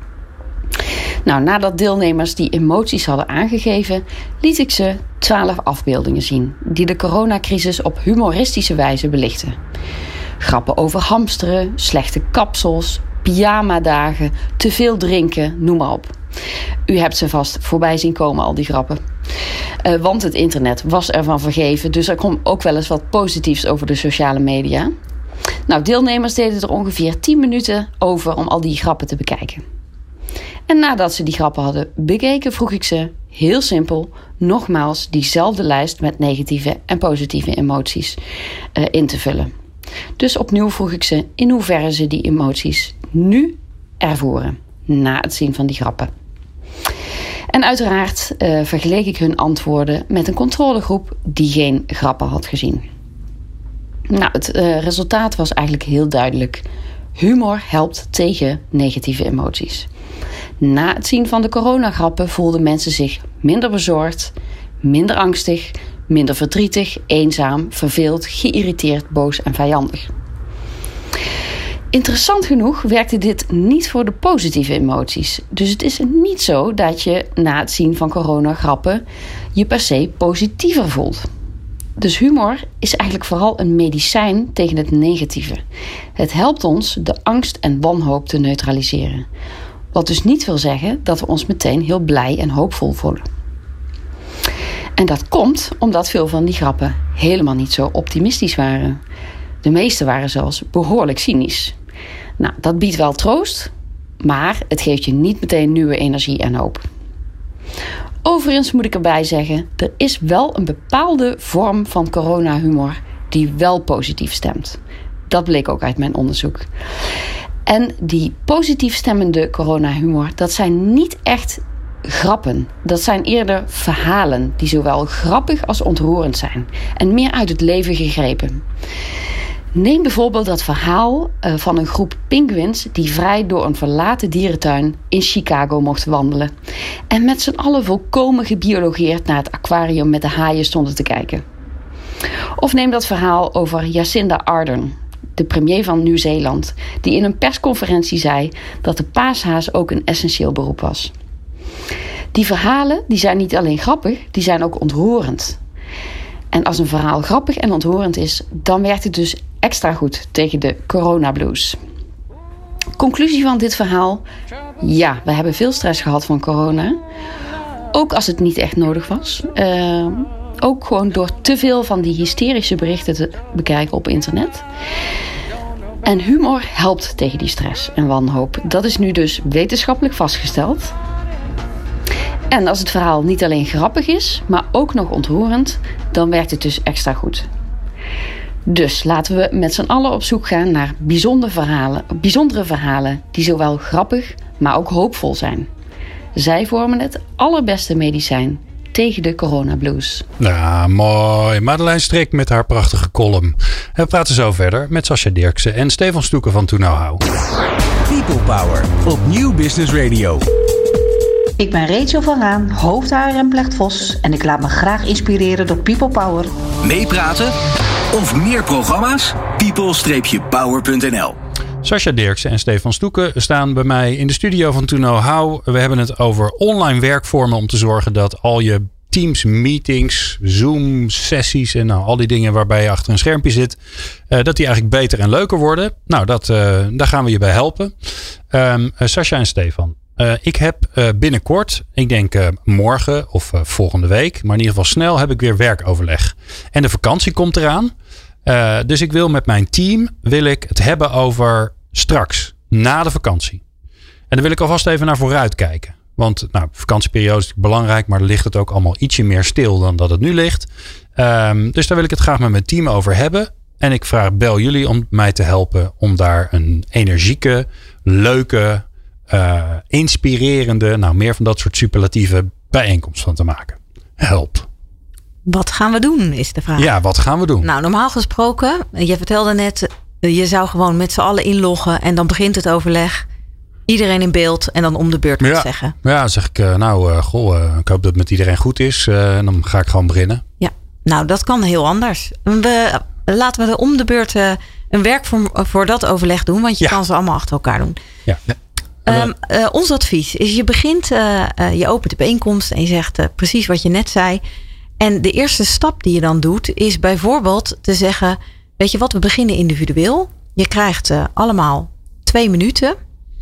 Nou, nadat deelnemers die emoties hadden aangegeven, liet ik ze 12 afbeeldingen zien die de coronacrisis op humoristische wijze belichten. Grappen over hamsteren, slechte kapsels, pyjamadagen, te veel drinken, noem maar op. U hebt ze vast voorbij zien komen, al die grappen. Want het internet was ervan vergeven, dus er kwam ook wel eens wat positiefs over de sociale media. Nou, deelnemers deden er ongeveer 10 minuten over om al die grappen te bekijken. En nadat ze die grappen hadden bekeken, vroeg ik ze, heel simpel, nogmaals diezelfde lijst met negatieve en positieve emoties in te vullen. Dus opnieuw vroeg ik ze in hoeverre ze die emoties nu ervoeren, na het zien van die grappen. En uiteraard vergeleek ik hun antwoorden met een controlegroep die geen grappen had gezien. Nou, het resultaat was eigenlijk heel duidelijk. Humor helpt tegen negatieve emoties. Na het zien van de coronagrappen voelden mensen zich minder bezorgd, minder angstig, minder verdrietig, eenzaam, verveeld, geïrriteerd, boos en vijandig. Interessant genoeg werkte dit niet voor de positieve emoties. Dus het is niet zo dat je na het zien van coronagrappen je per se positiever voelt. Dus humor is eigenlijk vooral een medicijn tegen het negatieve. Het helpt ons de angst en wanhoop te neutraliseren. Wat dus niet wil zeggen dat we ons meteen heel blij en hoopvol voelen. En dat komt omdat veel van die grappen helemaal niet zo optimistisch waren. De meeste waren zelfs behoorlijk cynisch. Nou, dat biedt wel troost, maar het geeft je niet meteen nieuwe energie en hoop. Overigens moet ik erbij zeggen, er is wel een bepaalde vorm van coronahumor die wel positief stemt. Dat bleek ook uit mijn onderzoek. En die positief stemmende coronahumor, dat zijn niet echt grappen. Dat zijn eerder verhalen die zowel grappig als ontroerend zijn. En meer uit het leven gegrepen. Neem bijvoorbeeld dat verhaal van een groep pinguïns die vrij door een verlaten dierentuin in Chicago mochten wandelen. En met z'n allen volkomen gebiologeerd naar het aquarium met de haaien stonden te kijken. Of neem dat verhaal over Jacinda Ardern, de premier van Nieuw-Zeeland, die in een persconferentie zei dat de paashaas ook een essentieel beroep was. Die verhalen die zijn niet alleen grappig, die zijn ook ontroerend. En als een verhaal grappig en ontroerend is, dan werkt het dus extra goed tegen de coronablues. Conclusie van dit verhaal: ja, we hebben veel stress gehad van corona. Ook als het niet echt nodig was. Ook gewoon door te veel van die hysterische berichten te bekijken op internet. En humor helpt tegen die stress en wanhoop. Dat is nu dus wetenschappelijk vastgesteld. En als het verhaal niet alleen grappig is, maar ook nog ontroerend, dan werkt het dus extra goed. Dus laten we met z'n allen op zoek gaan naar bijzondere verhalen die zowel grappig, maar ook hoopvol zijn. Zij vormen het allerbeste medicijn tegen de coronablues. Ja, mooi. Madeleine Strik met haar prachtige column. We praten zo verder met Sascha Dirksen en Stefan Stoeken van To Know How. People Power op Nieuw Business Radio. Ik ben Rachel van Raan, hoofd HR en Plecht Vos en ik laat me graag inspireren door People Power. Meepraten of meer programma's? people-power.nl. Sascha Dirksen en Stefan Stoeken staan bij mij in de studio van To Know How. We hebben het over online werkvormen om te zorgen dat al je Teams meetings, Zoom sessies en al die dingen waarbij je achter een schermpje zit, dat die eigenlijk beter en leuker worden. Nou, daar gaan we je bij helpen. Sascha en Stefan. Ik heb binnenkort, ik denk morgen of volgende week, maar in ieder geval snel heb ik weer werkoverleg. En de vakantie komt eraan. Dus ik wil met mijn team het hebben over straks, na de vakantie. En daar wil ik alvast even naar vooruit kijken. Want vakantieperiode is natuurlijk belangrijk, maar dan ligt het ook allemaal ietsje meer stil dan dat het nu ligt. Dus daar wil ik het graag met mijn team over hebben. En ik bel jullie om mij te helpen om daar een energieke, leuke, inspirerende, meer van dat soort superlatieve bijeenkomst van te maken. Help. Wat gaan we doen, is de vraag. Ja, wat gaan we doen? Nou, normaal gesproken, je vertelde net, je zou gewoon met z'n allen inloggen en dan begint het overleg. Iedereen in beeld en dan om de beurt wat zeggen. Ja, dan zeg ik, ik hoop dat het met iedereen goed is. En dan ga ik gewoon beginnen. Ja, nou dat kan heel anders. Laten we om de beurt een werk voor dat overleg doen. Want je kan ze allemaal achter elkaar doen. Ja. Ons advies is, je begint, je opent de bijeenkomst en je zegt precies wat je net zei. En de eerste stap die je dan doet is bijvoorbeeld te zeggen, weet je wat, we beginnen individueel. Je krijgt allemaal 2 minuten.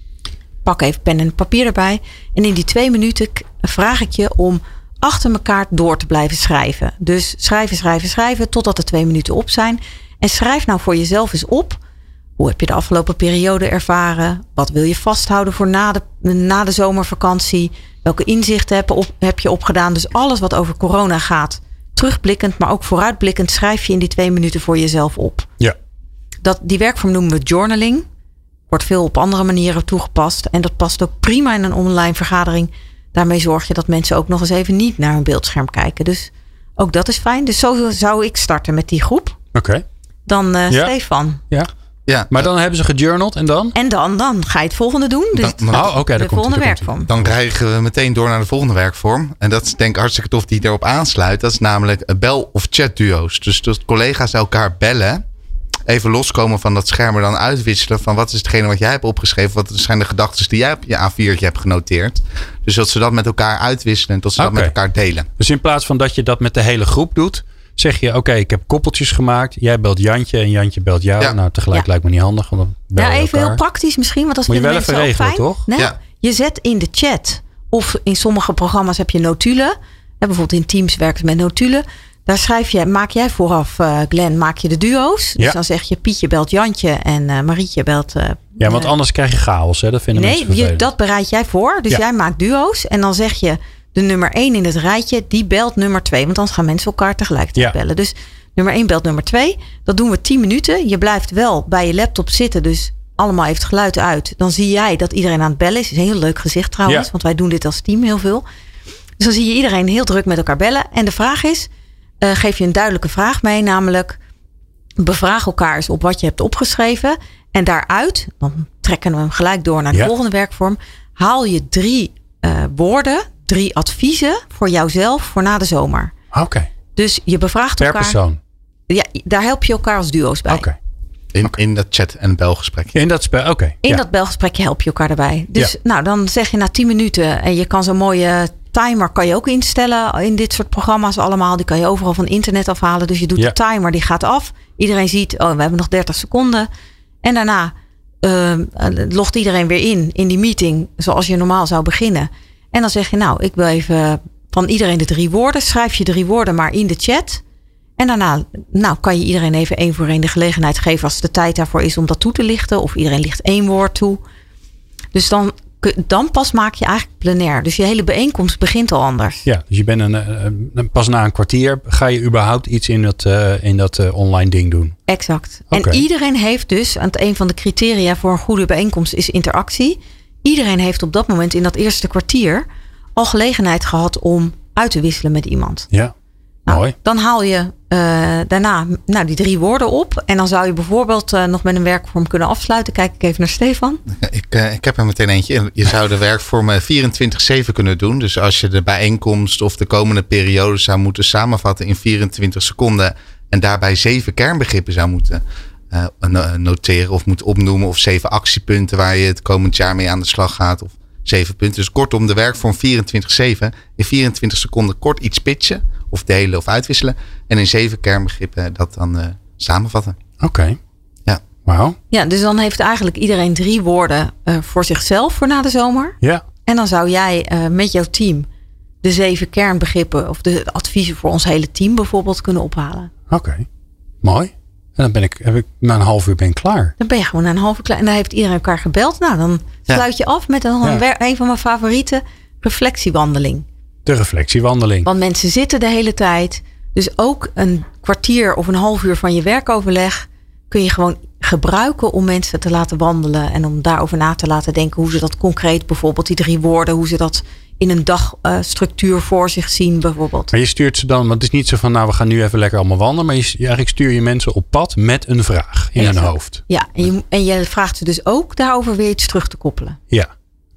Pak even pen en papier erbij. En in die 2 minuten vraag ik je om achter elkaar door te blijven schrijven. Dus schrijven totdat de 2 minuten op zijn. En schrijf nou voor jezelf eens op. Hoe heb je de afgelopen periode ervaren? Wat wil je vasthouden voor na de zomervakantie? Welke inzichten heb je opgedaan? Dus alles wat over corona gaat. Terugblikkend, maar ook vooruitblikkend schrijf je in die 2 minuten voor jezelf op. Ja. Die werkvorm noemen we journaling. Wordt veel op andere manieren toegepast. En dat past ook prima in een online vergadering. Daarmee zorg je dat mensen ook nog eens even niet naar hun beeldscherm kijken. Dus ook dat is fijn. Dus zo zou ik starten met die groep. Oké. Dan Stefan. Ja. Maar dan hebben ze gejournald en dan? En dan ga je het volgende doen. Dus de volgende werkvorm. Dan krijgen we meteen door naar de volgende werkvorm. En dat is denk ik hartstikke tof die erop aansluit. Dat is namelijk bel- of chatduo's. Dus dat collega's elkaar bellen. Even loskomen van dat scherm en dan uitwisselen van wat is hetgene wat jij hebt opgeschreven. Wat zijn de gedachten die jij op je A4'tje hebt genoteerd. Dus dat ze dat met elkaar uitwisselen en dat ze dat met elkaar delen. Dus in plaats van dat je dat met de hele groep doet, zeg je oké, ik heb koppeltjes gemaakt. Jij belt Jantje en Jantje belt jou. Ja. Nou, tegelijk lijkt me niet handig. Want dan even heel praktisch misschien. Want dat moet je wel even regelen, toch? Nee? Ja. Je zet in de chat of in sommige programma's heb je notulen. Bijvoorbeeld in Teams werkt het met notulen. Daar maak jij vooraf, Glenn, maak je de duo's. Dus dan zeg je Pietje belt Jantje en Marietje belt... want anders krijg je chaos. Hè? Dat vinden mensen vervelend. Dat bereid jij voor. Dus jij maakt duo's. En dan zeg je de nummer 1 in het rijtje, die belt nummer 2. Want anders gaan mensen elkaar tegelijkertijd bellen. Dus nummer 1 belt nummer 2. Dat doen we 10 minuten. Je blijft wel bij je laptop zitten. Dus allemaal heeft het geluid uit. Dan zie jij dat iedereen aan het bellen is. Dat is een heel leuk gezicht trouwens. Ja. Want wij doen dit als team heel veel. Dus dan zie je iedereen heel druk met elkaar bellen. En de vraag is... geef je een duidelijke vraag mee, namelijk bevraag elkaar eens op wat je hebt opgeschreven. En daaruit, dan trekken we hem gelijk door naar de volgende werkvorm. Haal je 3 woorden, 3 adviezen voor jouzelf voor na de zomer. Oké. Dus je bevraagt elkaar. Per persoon? Ja, daar help je elkaar als duo's bij. Oké. In dat chat- en belgesprekje. In dat belgesprekje help je elkaar daarbij. Dus dan zeg je na 10 minuten en je kan zo'n mooie timer kan je ook instellen in dit soort programma's allemaal. Die kan je overal van internet afhalen. Dus je doet de timer, die gaat af. Iedereen ziet, we hebben nog 30 seconden. En daarna logt iedereen weer in die meeting zoals je normaal zou beginnen. En dan zeg je, ik wil even van iedereen de 3 woorden. Schrijf je 3 woorden maar in de chat. En daarna kan je iedereen even 1 voor 1 de gelegenheid geven als de tijd daarvoor is om dat toe te lichten. Of iedereen licht 1 woord toe. Dus dan pas maak je eigenlijk plenair. Dus je hele bijeenkomst begint al anders. Ja, dus je bent pas na een kwartier ga je überhaupt iets in dat online ding doen. Exact. Okay. En iedereen heeft dus, een van de criteria voor een goede bijeenkomst is interactie. Iedereen heeft op dat moment in dat eerste kwartier al gelegenheid gehad om uit te wisselen met iemand. Ja, mooi. Dan haal je daarna die 3 woorden op. En dan zou je bijvoorbeeld nog met een werkvorm kunnen afsluiten. Kijk ik even naar Stefan. Ik heb er meteen eentje. Je zou de werkvorm 24/7 kunnen doen. Dus als je de bijeenkomst of de komende periode zou moeten samenvatten in 24 seconden. En daarbij 7 kernbegrippen zou moeten noteren of moet opnoemen. Of 7 actiepunten waar je het komend jaar mee aan de slag gaat. Of 7 punten. Dus kortom, de werkvorm 24/7. In 24 seconden kort iets pitchen. Of delen of uitwisselen. En in 7 kernbegrippen dat dan samenvatten. Oké. Ja. Wauw. Ja, dus dan heeft eigenlijk iedereen 3 woorden voor zichzelf voor na de zomer. Ja. En dan zou jij met jouw team de 7 kernbegrippen of de adviezen voor ons hele team bijvoorbeeld kunnen ophalen. Oké. Mooi. En dan heb ik na een half uur ben ik klaar. Dan ben je gewoon na een half uur klaar. En dan heeft iedereen elkaar gebeld. Nou, dan sluit je af met een van mijn favoriete reflectiewandeling. De reflectiewandeling. Want mensen zitten de hele tijd. Dus ook een kwartier of een half uur van je werkoverleg kun je gewoon gebruiken om mensen te laten wandelen. En om daarover na te laten denken hoe ze dat concreet, bijvoorbeeld die 3 woorden, hoe ze dat in een dagstructuur voor zich zien bijvoorbeeld. Maar je stuurt ze dan, want het is niet zo van nou we gaan nu even lekker allemaal wandelen. Maar eigenlijk stuur je mensen op pad met een vraag in hun hoofd. Ja, en je vraagt ze dus ook daarover weer iets terug te koppelen. Ja,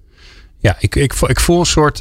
ik voel een soort,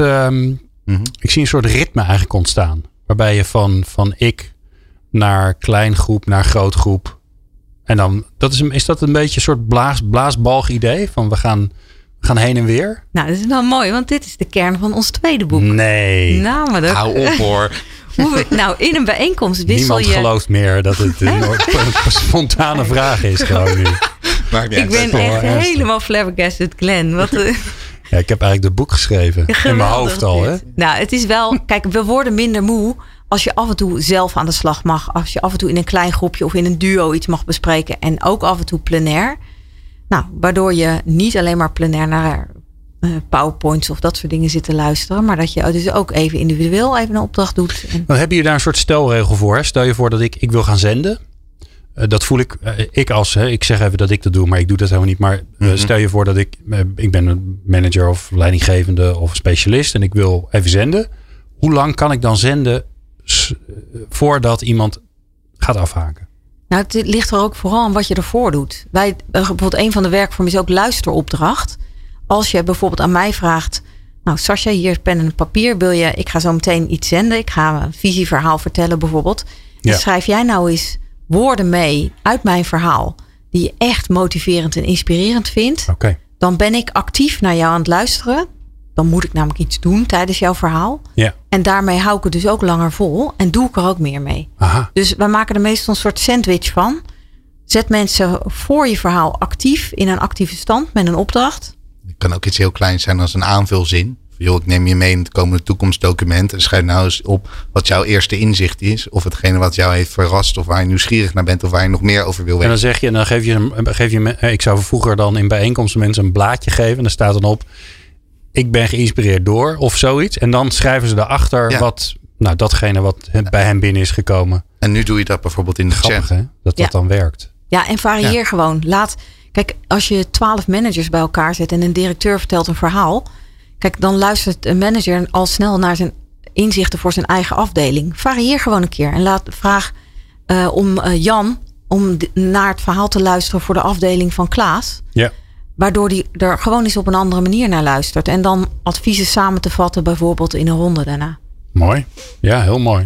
ik zie een soort ritme eigenlijk ontstaan. Waarbij je van ik naar klein groep naar groot groep. En dan, is dat een beetje een soort blaasbalg idee? Van we gaan heen en weer? Nou, dat is wel mooi, want dit is de kern van ons tweede boek. Nee. Nou, maar hou op hoor. Nou, in een bijeenkomst wissel Niemand gelooft meer dat het een spontane vraag is gewoon nu. Ik ben echt helemaal flabbergasted, Glenn. Ja, ik heb eigenlijk het boek geschreven. In mijn hoofd al, hè? Nou, het is wel... Kijk, we worden minder moe als je af en toe zelf aan de slag mag. Als je af en toe in een klein groepje of in een duo iets mag bespreken. En ook af en toe plenair. Nou, waardoor je niet alleen maar plenair naar PowerPoints of dat soort dingen zit te luisteren. Maar dat je dus ook even individueel even een opdracht doet. Dan heb je daar een soort stelregel voor. Hè? Stel je voor dat ik wil gaan zenden. Dat voel ik. Ik zeg even dat ik dat doe, maar ik doe dat helemaal niet. Maar stel je voor dat ik ben een manager of leidinggevende of specialist en ik wil even zenden. Hoe lang kan ik dan zenden voordat iemand gaat afhaken? Nou, het ligt er ook vooral aan wat je ervoor doet. Bijvoorbeeld een van de werkvormen is ook luisteropdracht. Als je bijvoorbeeld aan mij vraagt, nou Sascha, hier pen en papier. Ik ga zo meteen iets zenden. Ik ga een visieverhaal vertellen bijvoorbeeld. Ja. Schrijf jij nou eens woorden mee uit mijn verhaal die je echt motiverend en inspirerend vindt. Okay. Dan ben ik actief naar jou aan het luisteren. Dan moet ik namelijk iets doen tijdens jouw verhaal. Ja. En daarmee hou ik het dus ook langer vol. En doe ik er ook meer mee. Aha. Dus wij maken er meestal een soort sandwich van. Zet mensen voor je verhaal actief in een actieve stand met een opdracht. Het kan ook iets heel kleins zijn als een aanvulzin. Joh, ik neem je mee in het komende toekomstdocument. En schrijf nou eens op wat jouw eerste inzicht is. Of hetgene wat jou heeft verrast. Of waar je nieuwsgierig naar bent. Of waar je nog meer over wil weten. En dan zeg je, dan geef je ik zou vroeger dan in bijeenkomsten mensen een blaadje geven. En daar staat dan op, ik ben geïnspireerd door of zoiets. En dan schrijven ze erachter datgene wat bij hen binnen is gekomen. En nu doe je dat bijvoorbeeld in de Grappig, chat. Hè? Dat dan werkt. Ja, en varieer gewoon. Kijk, als je 12 managers bij elkaar zet en een directeur vertelt een verhaal. Kijk, dan luistert een manager al snel naar zijn inzichten voor zijn eigen afdeling. Varieer gewoon een keer. En vraag om Jan om naar het verhaal te luisteren voor de afdeling van Klaas. Ja. Waardoor die er gewoon eens op een andere manier naar luistert. En dan adviezen samen te vatten, bijvoorbeeld in een ronde daarna. Mooi. Ja, heel mooi.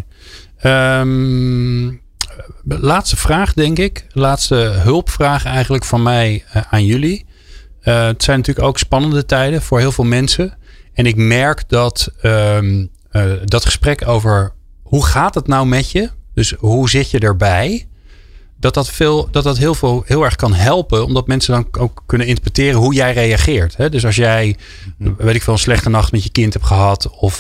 Laatste vraag, denk ik. Laatste hulpvraag eigenlijk van mij aan jullie. Het zijn natuurlijk ook spannende tijden voor heel veel mensen. En ik merk dat dat gesprek over hoe gaat het nou met je? Dus hoe zit je erbij? Dat heel erg kan helpen. Omdat mensen dan ook kunnen interpreteren hoe jij reageert. Hè? Dus als jij, weet ik veel, een slechte nacht met je kind hebt gehad. Of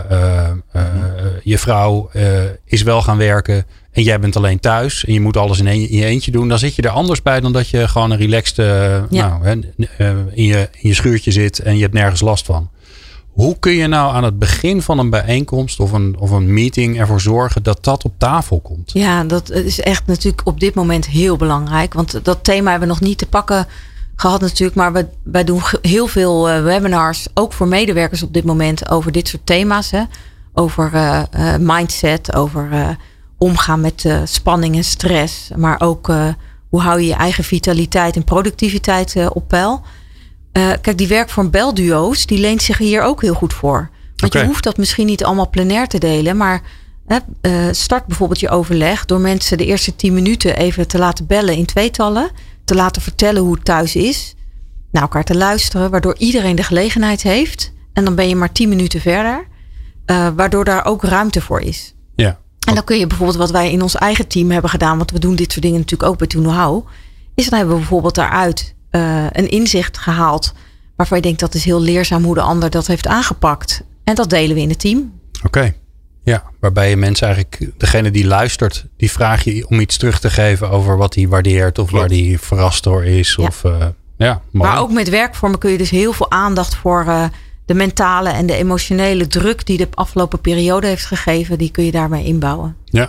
je vrouw is wel gaan werken. En jij bent alleen thuis. En je moet alles in je eentje doen. Dan zit je er anders bij dan dat je gewoon een relaxed in je schuurtje zit. En je hebt nergens last van. Hoe kun je nou aan het begin van een bijeenkomst of een meeting ervoor zorgen dat op tafel komt? Ja, dat is echt natuurlijk op dit moment heel belangrijk. Want dat thema hebben we nog niet te pakken gehad natuurlijk. Maar wij doen heel veel webinars, ook voor medewerkers op dit moment, over dit soort thema's. Hè? Over mindset, over omgaan met spanning en stress. Maar ook hoe hou je je eigen vitaliteit en productiviteit op peil. Kijk, die werkvorm belduo's, die leent zich hier ook heel goed voor. Want je hoeft dat misschien niet allemaal plenair te delen. Maar Start bijvoorbeeld je overleg door mensen de eerste 10 minuten even te laten bellen in tweetallen. Te laten vertellen hoe het thuis is. Naar elkaar te luisteren, waardoor iedereen de gelegenheid heeft. En dan ben je maar 10 minuten verder. Waardoor daar ook ruimte voor is. Ja. En dan kun je bijvoorbeeld wat wij in ons eigen team hebben gedaan. Want we doen dit soort dingen natuurlijk ook bij To Know How. Is dan hebben we bijvoorbeeld daaruit een inzicht gehaald. Waarvan je denkt dat is heel leerzaam hoe de ander dat heeft aangepakt. En dat delen we in het team. Oké. Ja, waarbij je mensen eigenlijk, degene die luistert, die vraag je om iets terug te geven over wat hij waardeert. Of waar hij verrast door is. Ja. Of, mooi. Maar ook met werkvormen kun je dus heel veel aandacht voor de mentale en de emotionele druk die de afgelopen periode heeft gegeven. Die kun je daarbij inbouwen. Ja.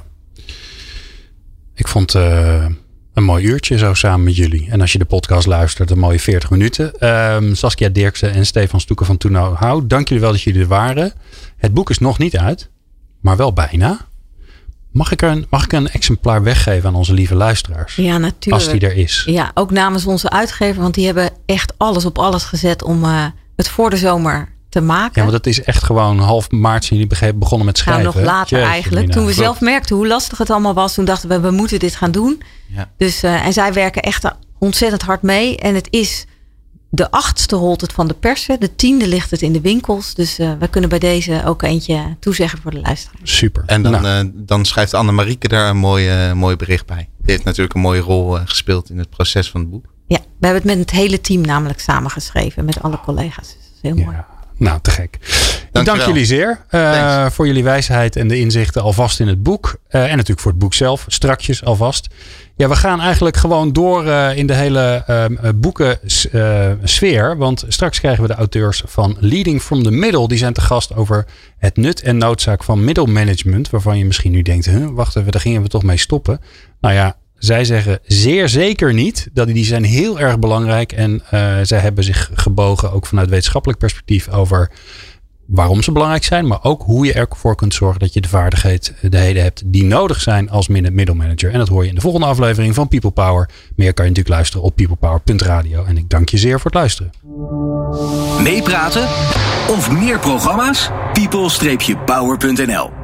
Ik vond een mooi uurtje zo samen met jullie. En als je de podcast luistert, een mooie 40 minuten. Saskia Dirksen en Stefan Stoeken van To Know How. Dank jullie wel dat jullie er waren. Het boek is nog niet uit, maar wel bijna. Mag ik een exemplaar weggeven aan onze lieve luisteraars? Ja, natuurlijk. Als die er is. Ja, ook namens onze uitgever. Want die hebben echt alles op alles gezet om het voor de zomer te maken. Ja, want het is echt gewoon half maart zijn jullie begonnen met schrijven. Nou, nog later eigenlijk. Toen we zelf merkten hoe lastig het allemaal was. Toen dachten we moeten dit gaan doen. Ja. Dus, en zij werken echt ontzettend hard mee. En het is de 8e rolt het van de persen. De 10e ligt het in de winkels. Dus we kunnen bij deze ook eentje toezeggen voor de luisteraar. Super. En dan schrijft Anne-Marieke daar een mooi bericht bij. Die heeft natuurlijk een mooie rol gespeeld in het proces van het boek. Ja, we hebben het met het hele team namelijk samengeschreven. Met alle collega's. Dus dat is heel mooi. Nou, te gek. Ik dank jullie zeer voor jullie wijsheid en de inzichten alvast in het boek. En natuurlijk voor het boek zelf. Strakjes alvast. Ja, we gaan eigenlijk gewoon door in de hele boekensfeer. Want straks krijgen we de auteurs van Leading from the Middle. Die zijn te gast over het nut en noodzaak van middelmanagement. Waarvan je misschien nu denkt, wacht even, daar gingen we toch mee stoppen. Nou ja, zij zeggen zeer zeker niet. Die zijn heel erg belangrijk. En zij hebben zich gebogen ook vanuit wetenschappelijk perspectief over waarom ze belangrijk zijn. Maar ook hoe je ervoor kunt zorgen dat je de vaardigheden hebt die nodig zijn als middelmanager. En dat hoor je in de volgende aflevering van People Power. Meer kan je natuurlijk luisteren op peoplepower.radio. En ik dank je zeer voor het luisteren. Meepraten of meer programma's? people-power.nl